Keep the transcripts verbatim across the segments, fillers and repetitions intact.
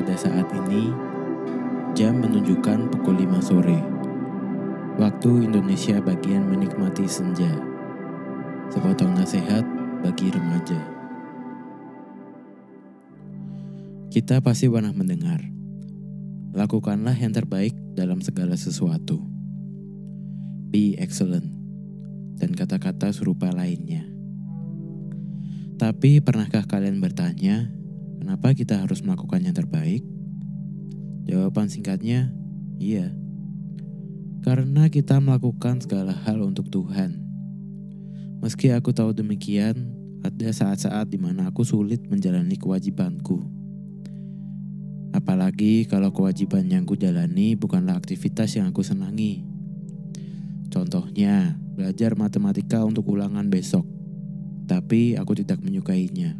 Pada saat ini, jam menunjukkan pukul lima sore. Waktu Indonesia bagian menikmati senja. Sepotong nasihat bagi remaja. Kita pasti pernah mendengar, lakukanlah yang terbaik dalam segala sesuatu. Be excellent, dan kata-kata serupa lainnya. Tapi pernahkah kalian bertanya, kenapa kita harus melakukan yang terbaik? Jawaban singkatnya, iya. Karena kita melakukan segala hal untuk Tuhan. Meski aku tahu demikian, ada saat-saat di mana aku sulit menjalani kewajibanku. Apalagi kalau kewajiban yang ku jalani bukanlah aktivitas yang aku senangi. Contohnya, belajar matematika untuk ulangan besok. Tapi aku tidak menyukainya.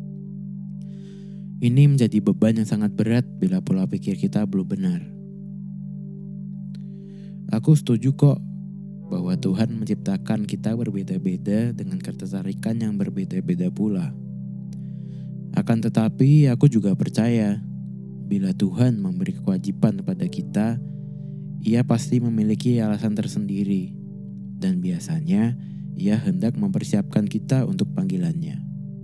Ini menjadi beban yang sangat berat bila pola pikir kita belum benar. Aku setuju kok bahwa Tuhan menciptakan kita berbeda-beda dengan ketertarikan yang berbeda-beda pula. Akan tetapi aku juga percaya bila Tuhan memberi kewajiban kepada kita, Ia pasti memiliki alasan tersendiri, dan biasanya Ia hendak mempersiapkan kita untuk panggilannya.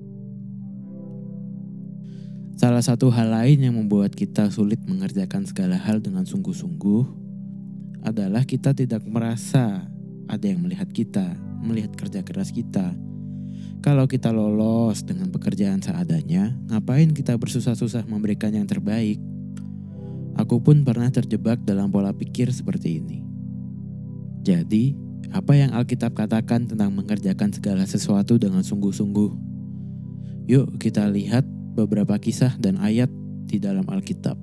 Salah satu hal lain yang membuat kita sulit mengerjakan segala hal dengan sungguh-sungguh adalah kita tidak merasa ada yang melihat kita, melihat kerja keras kita. Kalau kita lolos dengan pekerjaan seadanya, ngapain kita bersusah-susah memberikan yang terbaik? Aku pun pernah terjebak dalam pola pikir seperti ini. Jadi, apa yang Alkitab katakan tentang mengerjakan segala sesuatu dengan sungguh-sungguh? Yuk kita lihat beberapa kisah dan ayat di dalam Alkitab.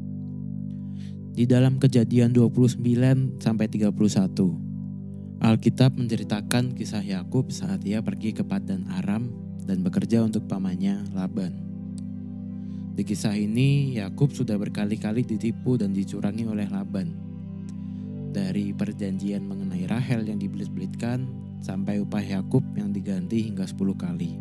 Di dalam Kejadian dua puluh sembilan sampai tiga puluh satu, Alkitab menceritakan kisah Yakub saat ia pergi ke Padan Aram dan bekerja untuk pamannya Laban. Di kisah ini, Yakub sudah berkali-kali ditipu dan dicurangi oleh Laban. Dari perjanjian mengenai Rahel yang dibelit-belitkan sampai upah Yakub yang diganti hingga sepuluh kali.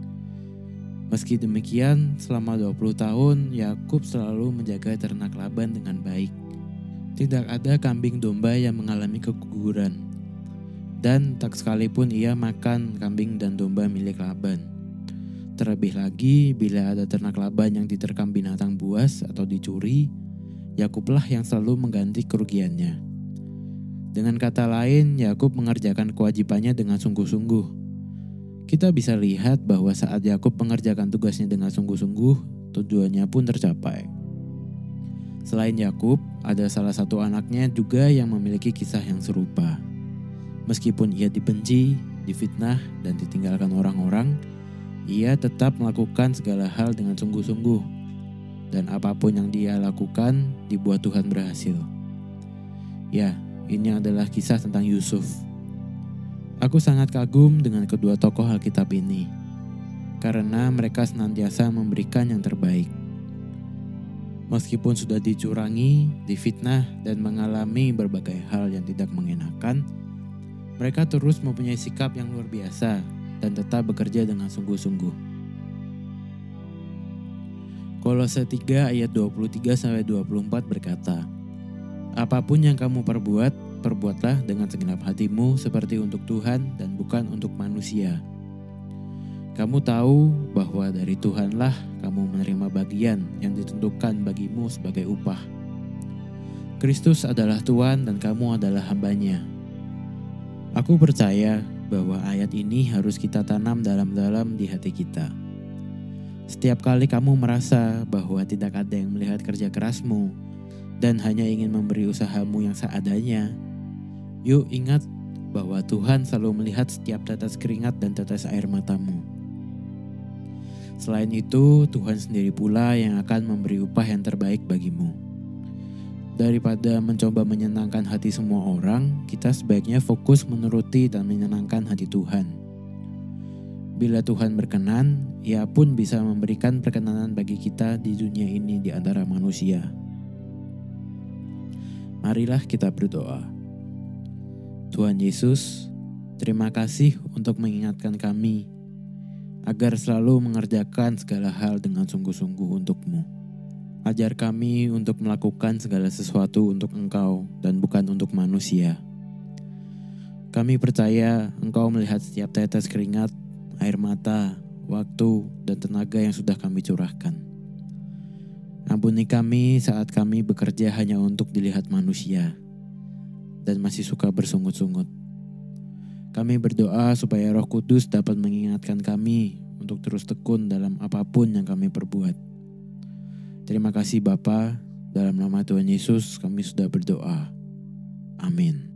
Meski demikian, selama dua puluh tahun, Yakub selalu menjaga ternak Laban dengan baik. Tidak ada kambing domba yang mengalami keguguran. Dan tak sekalipun ia makan kambing dan domba milik Laban. Terlebih lagi, bila ada ternak Laban yang diterkam binatang buas atau dicuri, Yakublah yang selalu mengganti kerugiannya. Dengan kata lain, Yakub mengerjakan kewajibannya dengan sungguh-sungguh. Kita bisa lihat bahwa saat Yakub mengerjakan tugasnya dengan sungguh-sungguh, tujuannya pun tercapai. Selain Yakub, ada salah satu anaknya juga yang memiliki kisah yang serupa. Meskipun ia dibenci, difitnah, dan ditinggalkan orang-orang, ia tetap melakukan segala hal dengan sungguh-sungguh. Dan apapun yang dia lakukan, dibuat Tuhan berhasil. Ya, ini adalah kisah tentang Yusuf. Aku sangat kagum dengan kedua tokoh Alkitab ini, karena mereka senantiasa memberikan yang terbaik. Meskipun sudah dicurangi, difitnah, dan mengalami berbagai hal yang tidak mengenakan, mereka terus mempunyai sikap yang luar biasa dan tetap bekerja dengan sungguh-sungguh. Kolose tiga ayat dua puluh tiga sampai dua puluh empat berkata, apapun yang kamu perbuat, perbuatlah dengan segenap hatimu seperti untuk Tuhan dan bukan untuk manusia. Kamu tahu bahwa dari Tuhanlah kamu menerima bagian yang ditentukan bagimu sebagai upah. Kristus adalah Tuhan dan kamu adalah hambanya. Aku percaya bahwa ayat ini harus kita tanam dalam-dalam di hati kita. Setiap kali kamu merasa bahwa tidak ada yang melihat kerja kerasmu dan hanya ingin memberi usahamu yang seadanya, yuk ingat bahwa Tuhan selalu melihat setiap tetes keringat dan tetes air matamu. Selain itu, Tuhan sendiri pula yang akan memberi upah yang terbaik bagimu. Daripada mencoba menyenangkan hati semua orang, kita sebaiknya fokus menuruti dan menyenangkan hati Tuhan. Bila Tuhan berkenan, Ia pun bisa memberikan perkenanan bagi kita di dunia ini di antara manusia. Marilah kita berdoa. Tuhan Yesus, terima kasih untuk mengingatkan kami agar selalu mengerjakan segala hal dengan sungguh-sungguh untuk-Mu. Ajar kami untuk melakukan segala sesuatu untuk Engkau dan bukan untuk manusia. Kami percaya Engkau melihat setiap tetes keringat, air mata, waktu, dan tenaga yang sudah kami curahkan. Ampuni kami saat kami bekerja hanya untuk dilihat manusia dan masih suka bersungut-sungut. Kami berdoa supaya Roh Kudus dapat mengingatkan kami untuk terus tekun dalam apapun yang kami perbuat. Terima kasih Bapa, dalam nama Tuhan Yesus kami sudah berdoa. Amin.